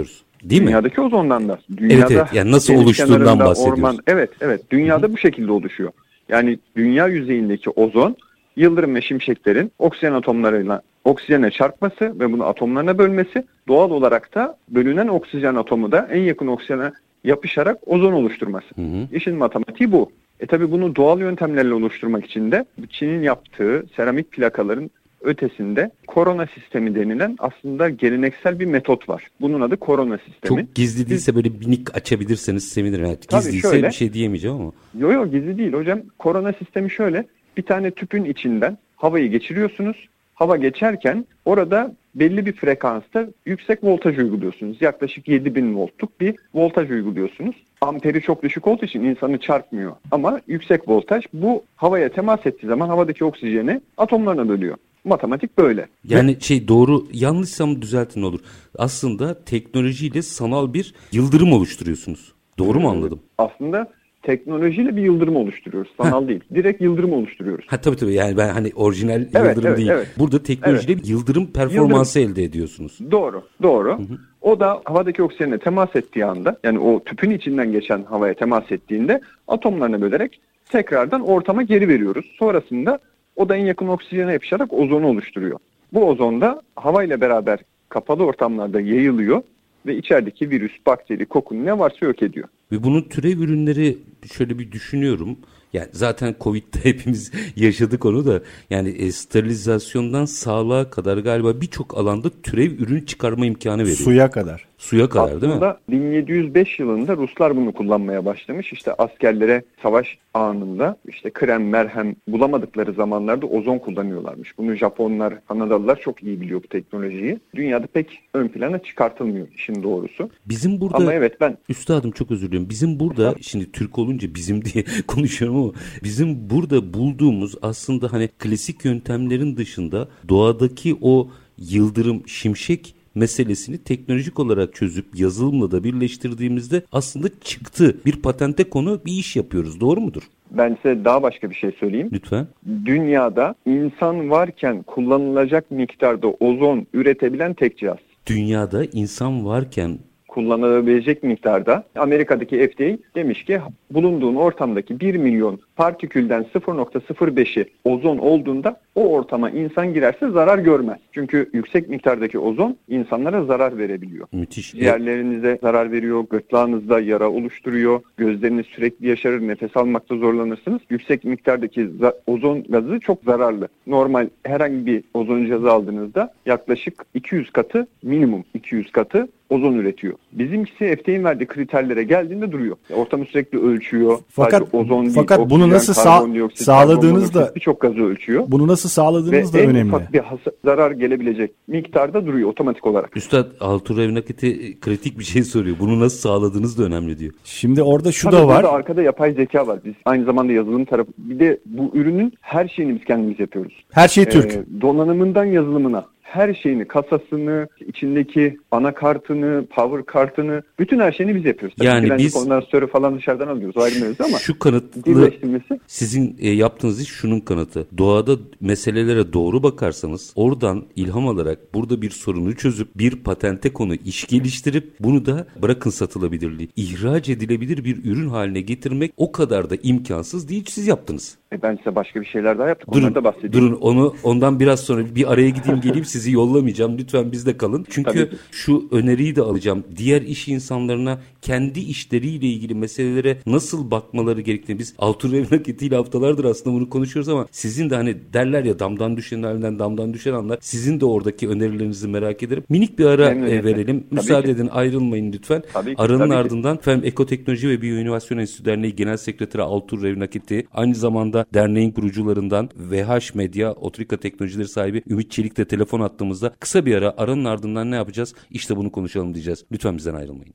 Değil mi? Dünyadaki ozondan da. Dünyada evet, evet. Yani nasıl deniz oluştuğundan kenarında, bahsediyoruz. Orman, evet, evet. Dünyada Hı-hı. bu şekilde oluşuyor. Yani dünya yüzeyindeki ozon, yıldırım ve şimşeklerin oksijen atomlarıyla oksijene çarpması ve bunu atomlarına bölmesi, doğal olarak da bölünen oksijen atomu da en yakın oksijene yapışarak ozon oluşturması. Hı hı. İşin matematiği bu. E tabi bunu doğal yöntemlerle oluşturmak için de Çin'in yaptığı seramik plakaların ötesinde korona sistemi denilen aslında geleneksel bir metot var. Bunun adı korona sistemi. Çok gizli değilse böyle minik açabilirseniz sevinirim. Yani gizliyse şöyle, bir şey diyemeyeceğim ama. Yok yok gizli değil hocam. Korona sistemi şöyle. Bir tane tüpün içinden havayı geçiriyorsunuz. Hava geçerken orada belli bir frekansta yüksek voltaj uyguluyorsunuz. Yaklaşık yedi bin voltluk bir voltaj uyguluyorsunuz. Amperi çok düşük olduğu için insanı çarpmıyor. Ama yüksek voltaj bu havaya temas ettiği zaman havadaki oksijeni atomlarına bölüyor. Matematik böyle. Yani Ve... şey doğru, yanlışsam düzeltin olur. Aslında teknolojiyle sanal bir yıldırım oluşturuyorsunuz. Doğru mu anladım? Aslında teknolojiyle bir yıldırım oluşturuyoruz. Sanal Heh. değil. Direkt yıldırım oluşturuyoruz. Ha tabii tabii. Yani ben hani orijinal evet, yıldırım evet, değil. Evet. Burada teknolojiyle evet. bir yıldırım performansı yıldırım. elde ediyorsunuz. Doğru. Doğru. Hı hı. O da havadaki oksijene temas ettiği anda, yani o tüpün içinden geçen havaya temas ettiğinde atomlarına bölerek tekrardan ortama geri veriyoruz. Sonrasında o da en yakın oksijene yapışarak ozonu oluşturuyor. Bu ozon da havayla beraber kapalı ortamlarda yayılıyor ve içerideki virüs, bakteri, koku ne varsa yok ediyor. Ve bunun türev ürünleri şöyle bir düşünüyorum. Yani zaten Covid'de hepimiz yaşadık onu da. Yani e, sterilizasyondan sağlığa kadar galiba birçok alanda türev ürün çıkarma imkanı veriyor. Suya kadar. Suya kadar aslında değil mi? Aslında bin yedi yüz beş yılında Ruslar bunu kullanmaya başlamış. İşte askerlere savaş anında işte krem, merhem bulamadıkları zamanlarda ozon kullanıyorlarmış. Bunu Japonlar, Kanadalılar çok iyi biliyor bu teknolojiyi. Dünyada pek ön plana çıkartılmıyor işin doğrusu. Bizim burada, ama evet ben... Üstadım çok özür diliyorum. Bizim burada, şimdi Türk olunca bizim diye konuşuyorum ama bizim burada bulduğumuz aslında hani klasik yöntemlerin dışında doğadaki o yıldırım, şimşek meselesini teknolojik olarak çözüp yazılımla da birleştirdiğimizde aslında çıktı. Bir patente konu bir iş yapıyoruz. Doğru mudur? Ben size daha başka bir şey söyleyeyim. Lütfen. Dünyada insan varken kullanılacak miktarda ozon üretebilen tek cihaz. Dünyada insan varken kullanılabilecek miktarda Amerika'daki F D A demiş ki bulunduğun ortamdaki bir milyon partikülden sıfır virgül sıfır beşi ozon olduğunda o ortama insan girerse zarar görmez. Çünkü yüksek miktardaki ozon insanlara zarar verebiliyor. Müthiş. Ciğerlerinize zarar veriyor, gırtlağınızda yara oluşturuyor, gözleriniz sürekli yaşarır, nefes almakta zorlanırsınız. Yüksek miktardaki za- ozon gazı çok zararlı. Normal herhangi bir ozon cihazı aldığınızda yaklaşık iki yüz katı, minimum iki yüz katı ozon üretiyor. Bizimkisi F D A'nın verdiği kriterlere geldiğinde duruyor. Ortamı sürekli ölçüyor. Fakat Sadece ozon değil, fakat oksijen, bunu nasıl sağ, sağladığınız da birçok gazı ölçüyor. Bunu nasıl sağladığınız da en önemli. ufak bir has- zarar gelebilecek miktarda duruyor otomatik olarak. Üstad Altuğ Revnakit'i kritik bir şey soruyor. Bunu nasıl sağladığınız da önemli diyor. Şimdi orada şu Tabii da var. Burada arkada yapay zeka var. Biz aynı zamanda yazılım tarafı. Bir de bu ürünün her şeyini biz kendimiz yapıyoruz. Her şey Türk. Ee, donanımından yazılımına. Her şeyini, kasasını, içindeki anakartını, power kartını, bütün her şeyini biz yapıyoruz. Tabii yani biz kondansatörü falan dışarıdan alıyoruz. Ayrı ama şu kanıtlı sizin e, yaptığınız iş şunun kanıtı. Doğada meselelere doğru bakarsanız oradan ilham alarak burada bir sorunu çözüp bir patente konu iş geliştirip bunu da bırakın satılabilirliği, ihraç edilebilir bir ürün haline getirmek o kadar da imkansız değil. Siz yaptınız. E ben size başka bir şeyler daha yaptık. Durun, Onları da bahsedeyim. Durun onu ondan biraz sonra bir araya gideyim geleyim sizi yollamayacağım. Lütfen bizde kalın. Çünkü şu öneriyi de alacağım. Diğer iş insanlarına kendi işleriyle ilgili meselelere nasıl bakmaları gerektiğini biz Altuğ Revnakit'iyle haftalardır aslında bunu konuşuyoruz ama sizin de hani derler ya damdan düşen elinden damdan düşen anlar. Sizin de oradaki önerilerinizi merak ederim. Minik bir ara e, verelim. Tabii Müsaade ki. edin ayrılmayın lütfen. Tabii ki, Aranın tabii ardından efendim Ekoteknoloji ve Biyoinovasyon Enstitüsü Derneği Genel Sekreteri Altuğ Revnakit'i, aynı zamanda derneğin kurucularından V H Medya Otrika Teknolojileri sahibi Ümit Çelik de telefon attığımızda kısa bir ara, aranın ardından ne yapacağız? İşte bunu konuşalım diyeceğiz. Lütfen bizden ayrılmayın.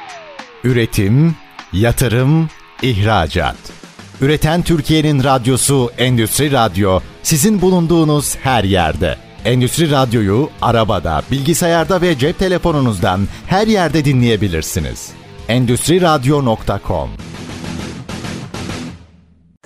Üretim, yatırım, ihracat. Üreten Türkiye'nin radyosu Endüstri Radyo sizin bulunduğunuz her yerde. Endüstri Radyo'yu arabada, bilgisayarda ve cep telefonunuzdan her yerde dinleyebilirsiniz. endüstri radyo nokta com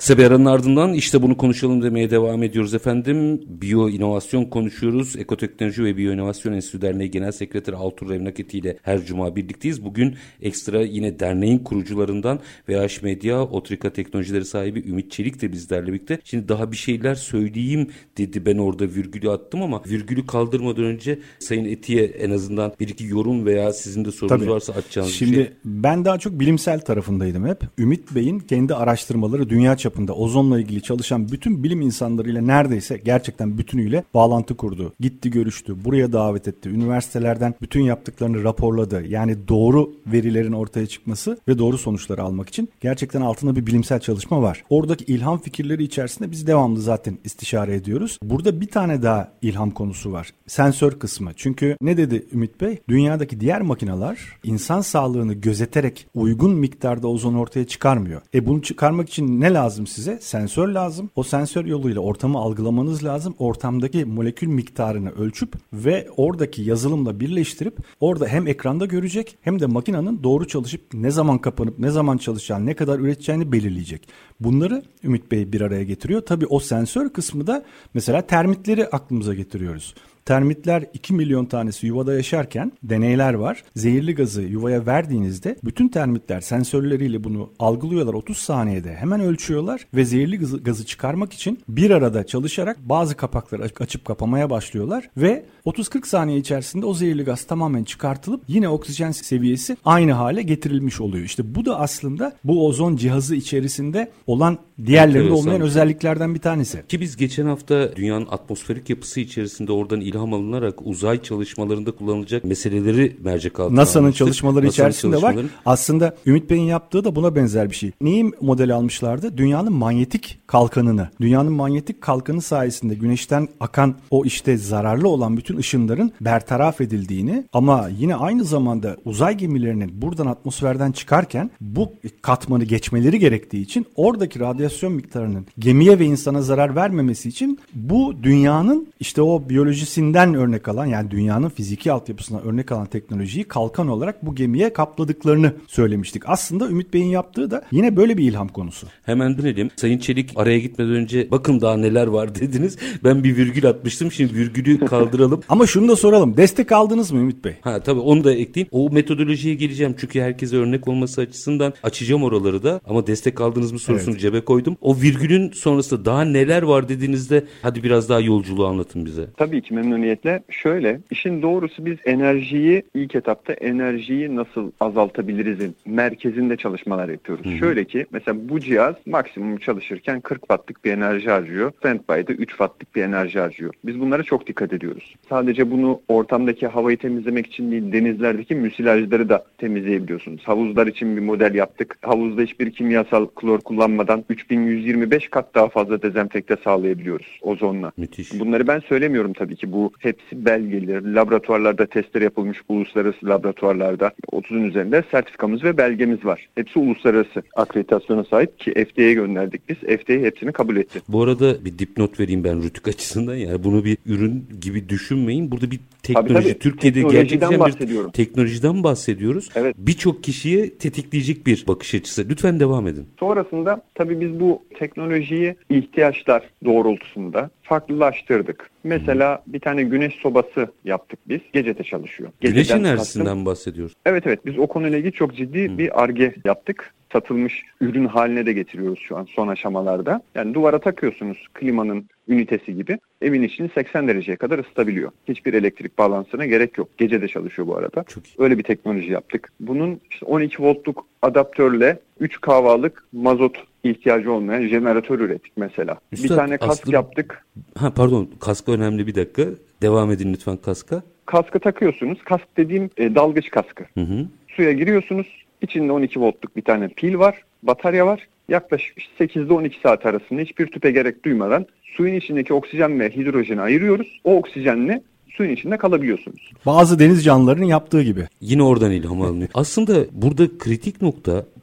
Kısa bir aranın ardından işte bunu konuşalım demeye devam ediyoruz efendim. Biyo inovasyon konuşuyoruz. Ekoteknoloji ve Biyo İnovasyon Enstitüsü Derneği Genel Sekreteri Altuğ Revnaketi ile her cuma birlikteyiz. Bugün ekstra yine derneğin kurucularından V H Medya Otrika Teknolojileri sahibi Ümit Çelik de bizlerle birlikte. Şimdi daha bir şeyler söyleyeyim dedi, ben orada virgülü attım ama virgülü kaldırmadan önce Sayın Eti'ye en azından bir iki yorum veya sizin de sorunuz Tabii. varsa açacağınız Şimdi, bir şey. Şimdi ben daha çok bilimsel tarafındaydım hep. Ümit Bey'in kendi araştırmaları dünya çapında ozonla ilgili çalışan bütün bilim insanlarıyla neredeyse gerçekten bütünüyle bağlantı kurdu. Gitti görüştü, buraya davet etti. Üniversitelerden bütün yaptıklarını raporladı. Yani doğru verilerin ortaya çıkması ve doğru sonuçları almak için gerçekten altında bir bilimsel çalışma var. Oradaki ilham fikirleri içerisinde biz devamlı zaten istişare ediyoruz. Burada bir tane daha ilham konusu var. Sensör kısmı. Çünkü ne dedi Ümit Bey? Dünyadaki diğer makineler insan sağlığını gözeterek uygun miktarda ozon ortaya çıkarmıyor. E bunu çıkarmak için ne lazım size? Sensör lazım. O sensör yoluyla ortamı algılamanız lazım. Ortamdaki molekül miktarını ölçüp ve oradaki yazılımla birleştirip orada hem ekranda görecek hem de makinenin doğru çalışıp ne zaman kapanıp ne zaman çalışacağını, ne kadar üreteceğini belirleyecek. Bunları Ümit Bey bir araya getiriyor. Tabii o sensör kısmı da mesela termitleri aklımıza getiriyoruz. Termitler iki milyon tanesi yuvada yaşarken deneyler var. Zehirli gazı yuvaya verdiğinizde bütün termitler sensörleriyle bunu algılıyorlar. otuz saniyede hemen ölçüyorlar ve zehirli gazı, gazı çıkarmak için bir arada çalışarak bazı kapakları açıp kapamaya başlıyorlar ve otuz kırk saniye içerisinde o zehirli gaz tamamen çıkartılıp yine oksijen seviyesi aynı hale getirilmiş oluyor. İşte bu da aslında bu ozon cihazı içerisinde olan diğerlerinde olmayan özelliklerden bir tanesi. Ki biz geçen hafta dünyanın atmosferik yapısı içerisinde oradan ilham alınarak uzay çalışmalarında kullanılacak meseleleri mercek altına NASA'nın almıştık. çalışmaları NASA'nın içerisinde çalışmaları. var. Aslında Ümit Bey'in yaptığı da buna benzer bir şey. Neyi model almışlardı? Dünyanın manyetik kalkanını. Dünyanın manyetik kalkanı sayesinde güneşten akan o işte zararlı olan bütün ışınların bertaraf edildiğini ama yine aynı zamanda uzay gemilerinin buradan atmosferden çıkarken bu katmanı geçmeleri gerektiği için oradaki radyasyon miktarının gemiye ve insana zarar vermemesi için bu dünyanın işte o biyolojisinden örnek alan, yani dünyanın fiziki altyapısına örnek alan teknolojiyi kalkan olarak bu gemiye kapladıklarını söylemiştik. Aslında Ümit Bey'in yaptığı da yine böyle bir ilham konusu. Hemen dönelim. Sayın Çelik, araya gitmeden önce bakın daha neler var dediniz. Ben bir virgül atmıştım. Şimdi virgülü kaldıralım. Ama şunu da soralım. Destek aldınız mı Ümit Bey? Ha tabii, onu da ekleyeyim. O metodolojiye geleceğim. Çünkü herkese örnek olması açısından açacağım oraları da. Ama destek aldınız mı sorusunu evet. cebe koydum. O virgülün sonrasında daha neler var dediğinizde hadi biraz daha yolculuğu anlatın bize. Tabii ki memnuniyetle. Şöyle, işin doğrusu biz enerjiyi ilk etapta enerjiyi nasıl azaltabilirizin merkezinde çalışmalar yapıyoruz. Hı-hı. Şöyle ki mesela bu cihaz maksimum çalışırken kırk wattlık bir enerji harcıyor. Standby'de üç wattlık bir enerji harcıyor. Biz bunlara çok dikkat ediyoruz. Sadece bunu ortamdaki havayı temizlemek için değil, denizlerdeki müsilajları da temizleyebiliyorsunuz. Havuzlar için bir model yaptık. Havuzda hiçbir kimyasal klor kullanmadan üç bin yüz yirmi beş kat daha fazla dezenfekte sağlayabiliyoruz ozonla. Müthiş. Bunları ben söylemiyorum tabii ki. Bu hepsi belgeler. Laboratuvarlarda testler yapılmış, uluslararası laboratuvarlarda otuzun üzerinde sertifikamız ve belgemiz var. Hepsi uluslararası akreditasyona sahip ki F D A'ye gönderdik biz. F D A hepsini kabul etti. Bu arada bir dipnot vereyim ben Rütük açısından. Yani bunu bir ürün gibi düşünmeyin. Burada bir teknoloji, tabii, tabii. Türkiye'de gerçekten bir teknolojiden bahsediyoruz. Evet. Birçok kişiye tetikleyecek bir bakış açısı. Lütfen devam edin. Sonrasında tabii biz bu teknolojiyi ihtiyaçlar doğrultusunda farklılaştırdık. Mesela bir tane güneş sobası yaptık biz. Gecede çalışıyor. Geceden güneş enerjisinden kastım. bahsediyoruz. Evet evet, biz o konuyla ilgili çok ciddi Hı. bir Ar-Ge yaptık. Satılmış ürün haline de getiriyoruz şu an son aşamalarda. Yani duvara takıyorsunuz klimanın ünitesi gibi. Evin içini seksen dereceye kadar ısıtabiliyor. Hiçbir elektrik bağlantısına gerek yok. Gece de çalışıyor bu arada. Öyle bir teknoloji yaptık. Bunun işte on iki voltluk adaptörle üç kahvalık mazot ihtiyacı olmayan jeneratör ürettik mesela. Üstad, bir tane kask aslında... yaptık. Ha pardon, kaska önemli, bir dakika. Devam edin lütfen kaska. Kaskı takıyorsunuz. Kask dediğim e, dalgıç kaskı. Hı hı. Suya giriyorsunuz. İçinde on iki voltluk bir tane pil var. Batarya var. Yaklaşık sekizde on iki saat arasında hiçbir tüpe gerek duymadan suyun içindeki oksijen ve hidrojeni ayırıyoruz. O oksijenle suyun içinde kalabiliyorsunuz. Bazı deniz canlılarının yaptığı gibi. Yine oradan ilham alınıyor. Aslında burada kritik nokta,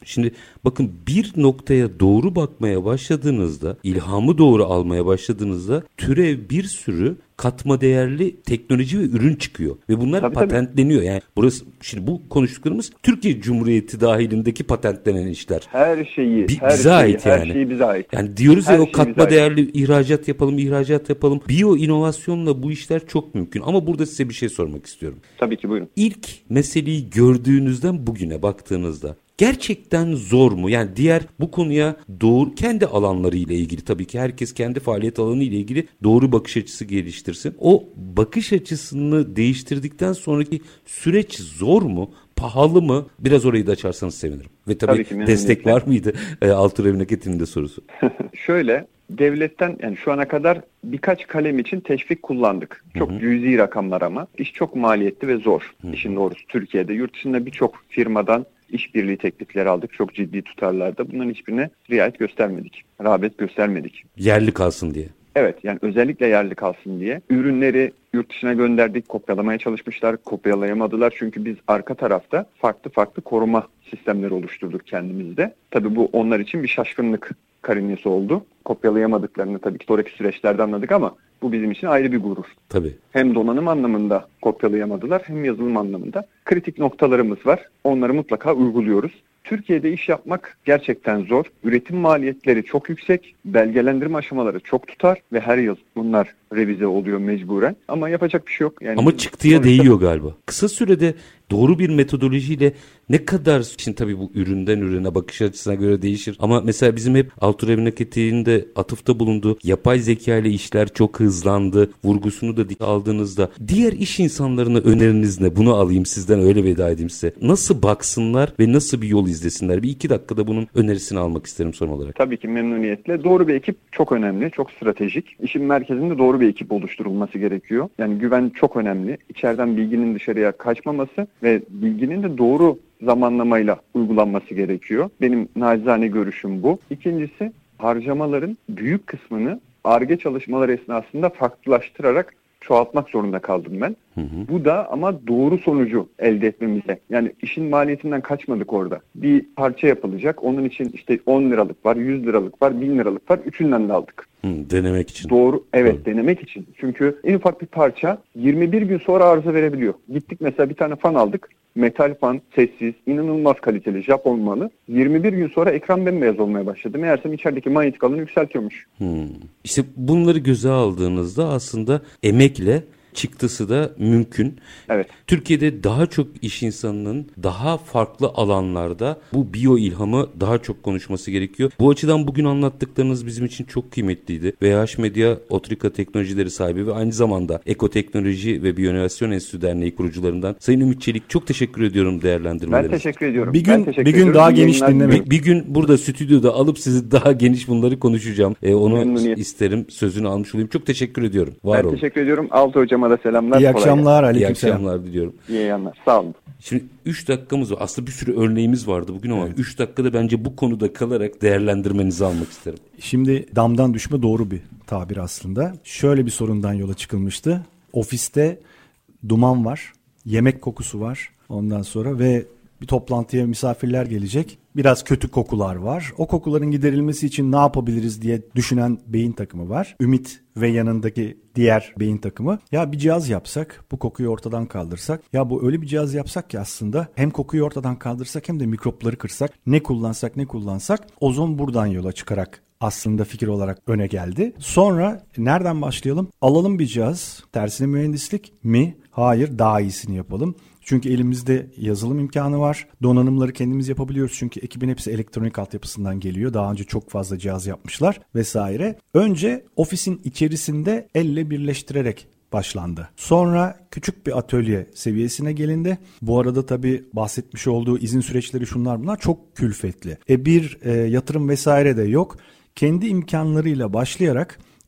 Şimdi bakın, bir noktaya doğru bakmaya başladığınızda, ilhamı doğru almaya başladığınızda türev bir sürü katma değerli teknoloji ve ürün çıkıyor. Ve bunlar tabii, patentleniyor. Tabii. Yani burası, şimdi bu konuştuklarımız Türkiye Cumhuriyeti dahilindeki patentlenen işler. Her şeyi, Bi- her bize şeyi, ait her yani. şeyi bize ait. Yani diyoruz her ya, o katma değerli ait. ihracat yapalım, ihracat yapalım. Biyo inovasyonla bu işler çok mümkün. Ama burada size bir şey sormak istiyorum. Tabii ki, buyurun. İlk meseleyi gördüğünüzden bugüne baktığınızda gerçekten zor mu? Yani diğer bu konuya doğru, kendi alanları ile ilgili, tabii ki herkes kendi faaliyet alanı ile ilgili doğru bakış açısı geliştirsin. O bakış açısını değiştirdikten sonraki süreç zor mu? Pahalı mı? Biraz orayı da açarsanız sevinirim. Ve tabii, tabii destek var mıydı? E, Altuğ Naket'in de sorusu. Şöyle, devletten yani şu ana kadar birkaç kalem için teşvik kullandık. Çok hı hı. cüzi rakamlar ama iş çok maliyetli ve zor. Hı hı. İşin doğrusu Türkiye'de. Yurt dışında birçok firmadan işbirliği teklifleri aldık. Çok ciddi tutarlarda. Bunların hiçbirine riayet göstermedik. Rağbet göstermedik. Yerli kalsın diye. Evet, yani özellikle yerli kalsın diye. Ürünleri yurt dışına gönderdik. Kopyalamaya çalışmışlar. Kopyalayamadılar. Çünkü biz arka tarafta farklı farklı koruma sistemleri oluşturduk kendimizde. Tabii bu onlar için bir şaşkınlık karinesi oldu. Kopyalayamadıklarını tabii ki sonraki süreçlerde anladık ama bu bizim için ayrı bir gurur. Tabii. Hem donanım anlamında kopyalayamadılar, hem yazılım anlamında kritik noktalarımız var. Onları mutlaka uyguluyoruz. Türkiye'de iş yapmak gerçekten zor. Üretim maliyetleri çok yüksek. Belgelendirme aşamaları çok tutar ve her yıl bunlar revize oluyor mecburen. Ama yapacak bir şey yok. Yani ama çıktıya sonuçta değiyor galiba. Kısa sürede doğru bir metodolojiyle ne kadar, şimdi tabii bu üründen ürüne bakış açısına göre değişir. Ama mesela bizim hep Altuğ Naket'in de atıfta bulunduğu yapay zeka ile işler çok hızlandı vurgusunu da aldığınızda diğer iş insanlarına öneriniz ne? Bunu alayım sizden, öyle veda edeyim size. Nasıl baksınlar ve nasıl bir yol izlesinler? Bir iki dakikada bunun önerisini almak isterim son olarak. Tabii ki memnuniyetle. Doğru bir ekip çok önemli, çok stratejik. İşin merkezinde doğru bir ekip oluşturulması gerekiyor. Yani güven çok önemli. İçeriden bilginin dışarıya kaçmaması ve bilginin de doğru zamanlamayla uygulanması gerekiyor. Benim nacizane görüşüm bu. İkincisi, harcamaların büyük kısmını Ar-Ge çalışmaları esnasında farklılaştırarak çoğaltmak zorunda kaldım ben. Hı hı. Bu da ama doğru sonucu elde etmemize. Yani işin maliyetinden kaçmadık orada. Bir parça yapılacak. Onun için işte on liralık var, yüz liralık var, bin liralık var. Üçünden de aldık. Hı, denemek için. Doğru. Evet, Hı. denemek için. Çünkü en ufak bir parça yirmi bir gün sonra arıza verebiliyor. Gittik mesela bir tane fan aldık. Metal fan, sessiz, inanılmaz kaliteli, Japon malı. yirmi bir gün sonra ekran bembeyaz olmaya başladı. Meğersem içerideki manyetik alanı yükseltiyormuş. Hmm. İşte bunları göze aldığınızda aslında emekle çıktısı da mümkün. Evet. Türkiye'de daha çok iş insanının daha farklı alanlarda bu biyo ilhamı daha çok konuşması gerekiyor. Bu açıdan bugün anlattıklarınız bizim için çok kıymetliydi. V H Media Otrika Teknolojileri sahibi ve aynı zamanda Ekoteknoloji ve Biyoinovasyon Enstitüsü Derneği kurucularından Sayın Ümit Çelik, çok teşekkür ediyorum değerlendirmeleriniz. Ben teşekkür ediyorum. Bir gün teşekkür bir gün daha geniş dinlemek. Bir, bir gün burada stüdyoda alıp sizi daha geniş bunları konuşacağım. Ee, onu Memnuniyet. isterim. Sözünü almış olayım. Çok teşekkür ediyorum. Var ben olun. teşekkür ediyorum. Altuğ hocama da selamlar. İyi akşamlar. İyi akşamlar diliyorum. İyi akşamlar. Sağ olun. Şimdi üç dakikamız var. Aslında bir sürü örneğimiz vardı bugün ama üç evet. dakikada bence bu konuda kalarak değerlendirmenizi almak isterim. Şimdi damdan düşme doğru bir tabir aslında. Şöyle bir sorundan yola çıkılmıştı. Ofiste duman var, yemek kokusu var ondan sonra ve bir toplantıya misafirler gelecek. Biraz kötü kokular var. O kokuların giderilmesi için ne yapabiliriz diye düşünen beyin takımı var. Ümit ve yanındaki diğer beyin takımı. Ya bir cihaz yapsak, bu kokuyu ortadan kaldırsak. Ya bu öyle bir cihaz yapsak ki aslında hem kokuyu ortadan kaldırsak hem de mikropları kırsak. Ne kullansak ne kullansak. Ozon buradan yola çıkarak aslında fikir olarak öne geldi. Sonra nereden başlayalım? Alalım bir cihaz. Tersine mühendislik mi? Hayır, daha iyisini yapalım. Çünkü elimizde yazılım imkanı var. Donanımları kendimiz yapabiliyoruz. Çünkü ekibin hepsi elektronik altyapısından geliyor. Daha önce çok fazla cihaz yapmışlar vesaire. Önce ofisin içerisinde elle birleştirerek başlandı. Sonra küçük bir atölye seviyesine gelindi. Bu arada tabii bahsetmiş olduğu izin süreçleri şunlar bunlar çok külfetli. E bir e, yatırım vesaire de yok. Kendi imkanlarıyla başlayarak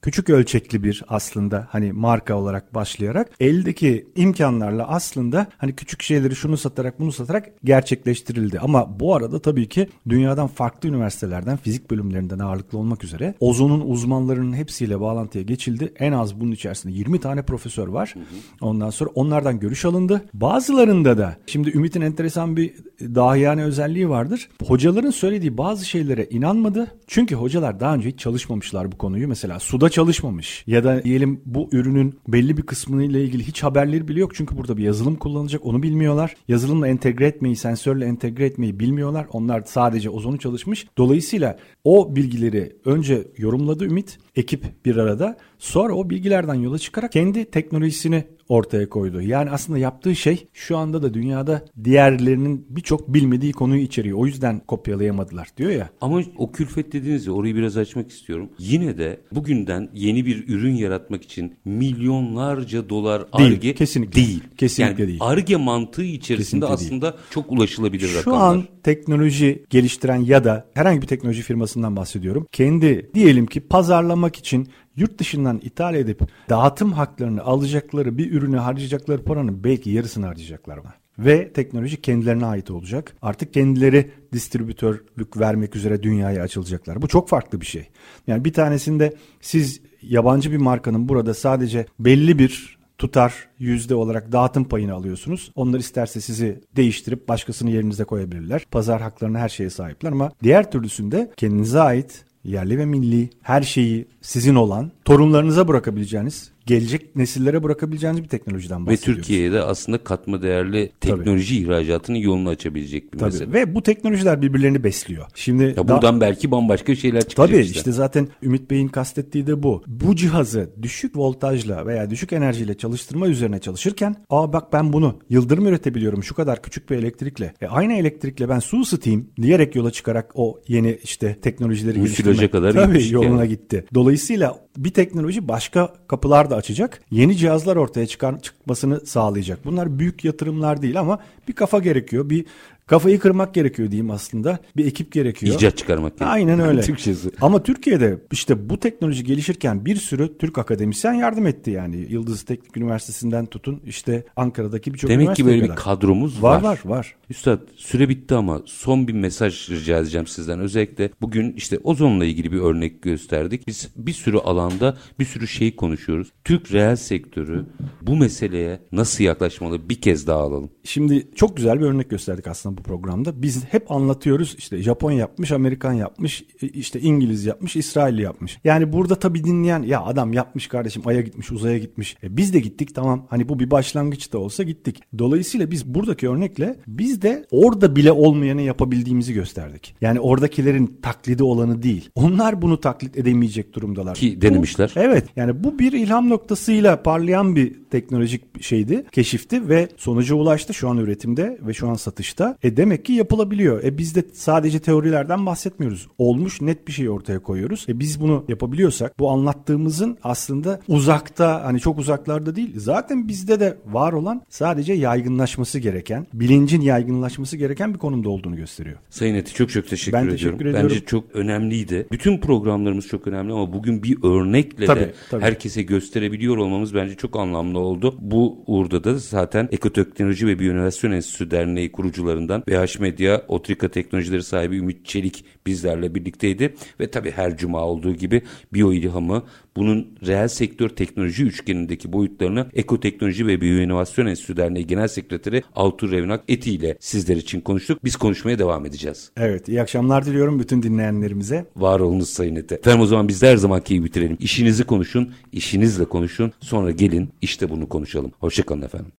küçük ölçekli bir aslında hani marka olarak başlayarak eldeki imkanlarla aslında hani küçük şeyleri şunu satarak bunu satarak gerçekleştirildi. Ama bu arada tabii ki dünyadan farklı üniversitelerden, fizik bölümlerinden ağırlıklı olmak üzere ozonun uzmanlarının hepsiyle bağlantıya geçildi. En az bunun içerisinde yirmi tane profesör var. Hı hı. Ondan sonra onlardan görüş alındı. Bazılarında da şimdi Ümit'in enteresan bir dahiyane özelliği vardır. Hocaların söylediği bazı şeylere inanmadı. Çünkü hocalar daha önce hiç çalışmamışlar bu konuyu. Mesela suda çalışmamış ya da diyelim bu ürünün belli bir kısmıyla ilgili hiç haberleri bile yok. Çünkü burada bir yazılım kullanılacak, onu bilmiyorlar. Yazılımla entegre etmeyi, sensörle entegre etmeyi bilmiyorlar. Onlar sadece ozonu çalışmış. Dolayısıyla o bilgileri önce yorumladı Ümit, ekip bir arada. Sonra o bilgilerden yola çıkarak kendi teknolojisini ortaya koydu. Yani aslında yaptığı şey şu anda da dünyada diğerlerinin birçok bilmediği konuyu içeriyor. O yüzden kopyalayamadılar diyor ya. Ama o külfet dediğiniz ya, orayı biraz açmak istiyorum. Yine de bugünden yeni bir ürün yaratmak için milyonlarca dolar Ar-Ge değil. Kesinlikle değil. Kesinlikle yani değil. Ar-Ge mantığı içerisinde kesinlikle aslında değil. Çok ulaşılabilir şu rakamlar. Şu an teknoloji geliştiren ya da herhangi bir teknoloji firmasından bahsediyorum. Kendi diyelim ki pazarlamak için yurt dışından ithal edip dağıtım haklarını alacakları bir ürünü harcayacakları paranın belki yarısını harcayacaklar ona. Ve teknoloji kendilerine ait olacak. Artık kendileri distribütörlük vermek üzere dünyaya açılacaklar. Bu çok farklı bir şey. Yani bir tanesinde siz yabancı bir markanın burada sadece belli bir tutar yüzde olarak dağıtım payını alıyorsunuz. Onlar isterse sizi değiştirip başkasını yerinize koyabilirler. Pazar haklarına her şeye sahipler ama diğer türlüsünde kendinize ait yerli ve milli her şeyi sizin olan, torunlarınıza bırakabileceğiniz, gelecek nesillere bırakabileceğiniz bir teknolojiden bahsediyoruz. Ve Türkiye'de aslında katma değerli teknoloji Tabii. ihracatının yolunu açabilecek bir Tabii. mesele. Ve bu teknolojiler birbirlerini besliyor. Şimdi ya buradan da, belki bambaşka şeyler çıkacak. Tabii işte. işte zaten Ümit Bey'in kastettiği de bu. Bu cihazı düşük voltajla veya düşük enerjiyle çalıştırma üzerine çalışırken, aa bak ben bunu yıldırım üretebiliyorum şu kadar küçük bir elektrikle. E aynı elektrikle ben su ısıtayım diyerek yola çıkarak o yeni işte teknolojileri geliştirmek kadar tabii yoluna yani. gitti. Dolayısıyla bir teknoloji başka kapılar da açacak. Yeni cihazlar ortaya çıkar, çıkmasını sağlayacak. Bunlar büyük yatırımlar değil ama bir kafa gerekiyor. Bir kafayı kırmak gerekiyor diyeyim aslında. Bir ekip gerekiyor. İcat çıkarmak gerekiyor. Aynen öyle. Türkçesi. Ama Türkiye'de işte bu teknoloji gelişirken bir sürü Türk akademisyen yardım etti yani. Yıldız Teknik Üniversitesi'nden tutun işte Ankara'daki birçok üniversite Demek ki böyle kadar. bir kadromuz var. var. Var var var. Üstad süre bitti ama son bir mesaj rica edeceğim sizden. Özellikle bugün işte ozonla ilgili bir örnek gösterdik. Biz bir sürü alanda bir sürü şey konuşuyoruz. Türk reel sektörü bu meseleye nasıl yaklaşmalı bir kez daha alalım. Şimdi çok güzel bir örnek gösterdik aslında bu programda. Biz hep anlatıyoruz işte Japon yapmış, Amerikan yapmış, işte İngiliz yapmış, İsrail yapmış. Yani burada tabii dinleyen ya adam yapmış kardeşim, Ay'a gitmiş, uzaya gitmiş. E biz de gittik tamam, hani bu bir başlangıç da olsa gittik. Dolayısıyla biz buradaki örnekle biz de orada bile olmayanı yapabildiğimizi gösterdik. Yani oradakilerin taklidi olanı değil. Onlar bunu taklit edemeyecek durumdalar. Ki denemişler. Bu, evet yani bu bir ilham noktasıyla parlayan bir teknolojik şeydi, keşifti ve sonuca ulaştı şu an üretimde ve şu an satışta. E demek ki yapılabiliyor. E biz de sadece teorilerden bahsetmiyoruz. Olmuş net bir şey ortaya koyuyoruz. E biz bunu yapabiliyorsak bu anlattığımızın aslında uzakta, hani çok uzaklarda değil, zaten bizde de var olan, sadece yaygınlaşması gereken, bilincin yaygınlaşması gereken bir konumda olduğunu gösteriyor. Sayın Eti çok çok teşekkür ben ediyorum. Teşekkür ediyorum. Bence çok önemliydi. Bütün programlarımız çok önemli ama bugün bir örnekle tabii, de tabii. herkese gösterebiliyor olmamız bence çok anlamlı oldu. Bu uğurda da zaten Ekoteknoloji ve Biyoinovasyon Enstitüsü Derneği kurucularından V H Medya Otrika Teknolojileri sahibi Ümit Çelik bizlerle birlikteydi. Ve tabii her cuma olduğu gibi biyo ilhamı, bunun reel sektör teknoloji üçgenindeki boyutlarını Ekoteknoloji ve Biyoinovasyon Enstitüsü Derneği Genel Sekreteri Altuğ Revnak Eti ile sizler için konuştuk. Biz konuşmaya devam edeceğiz. Evet, iyi akşamlar diliyorum bütün dinleyenlerimize. Var olunuz Sayın Eti. Efendim o zaman biz de her zamanki gibi bitirelim. İşinizi konuşun, işinizle konuşun. Sonra gelin işte bunu konuşalım. Hoşçakalın efendim.